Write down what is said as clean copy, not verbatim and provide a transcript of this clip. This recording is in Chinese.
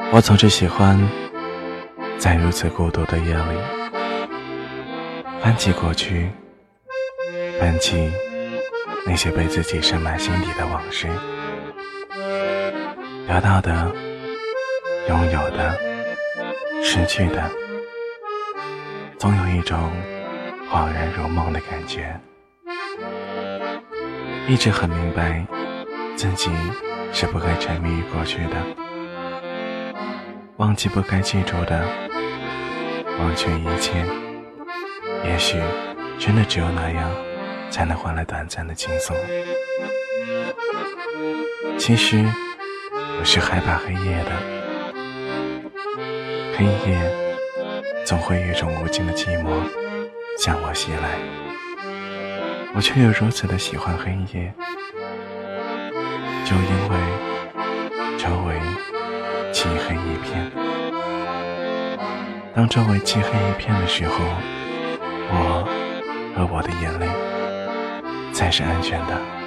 我总是喜欢在如此孤独的夜里翻起过去，翻起那些被自己深埋心底的往事，得到的、拥有的、失去的，总有一种恍然如梦的感觉。一直很明白自己是不该沉迷于过去的，忘记不该记住的，忘却一切，也许真的只有那样才能换来短暂的轻松。其实我是害怕黑夜的，黑夜总会有一种无尽的寂寞向我袭来，我却又如此的喜欢黑夜，就因为周围漆黑一片。当周围漆黑一片的时候，我和我的眼泪才是安全的。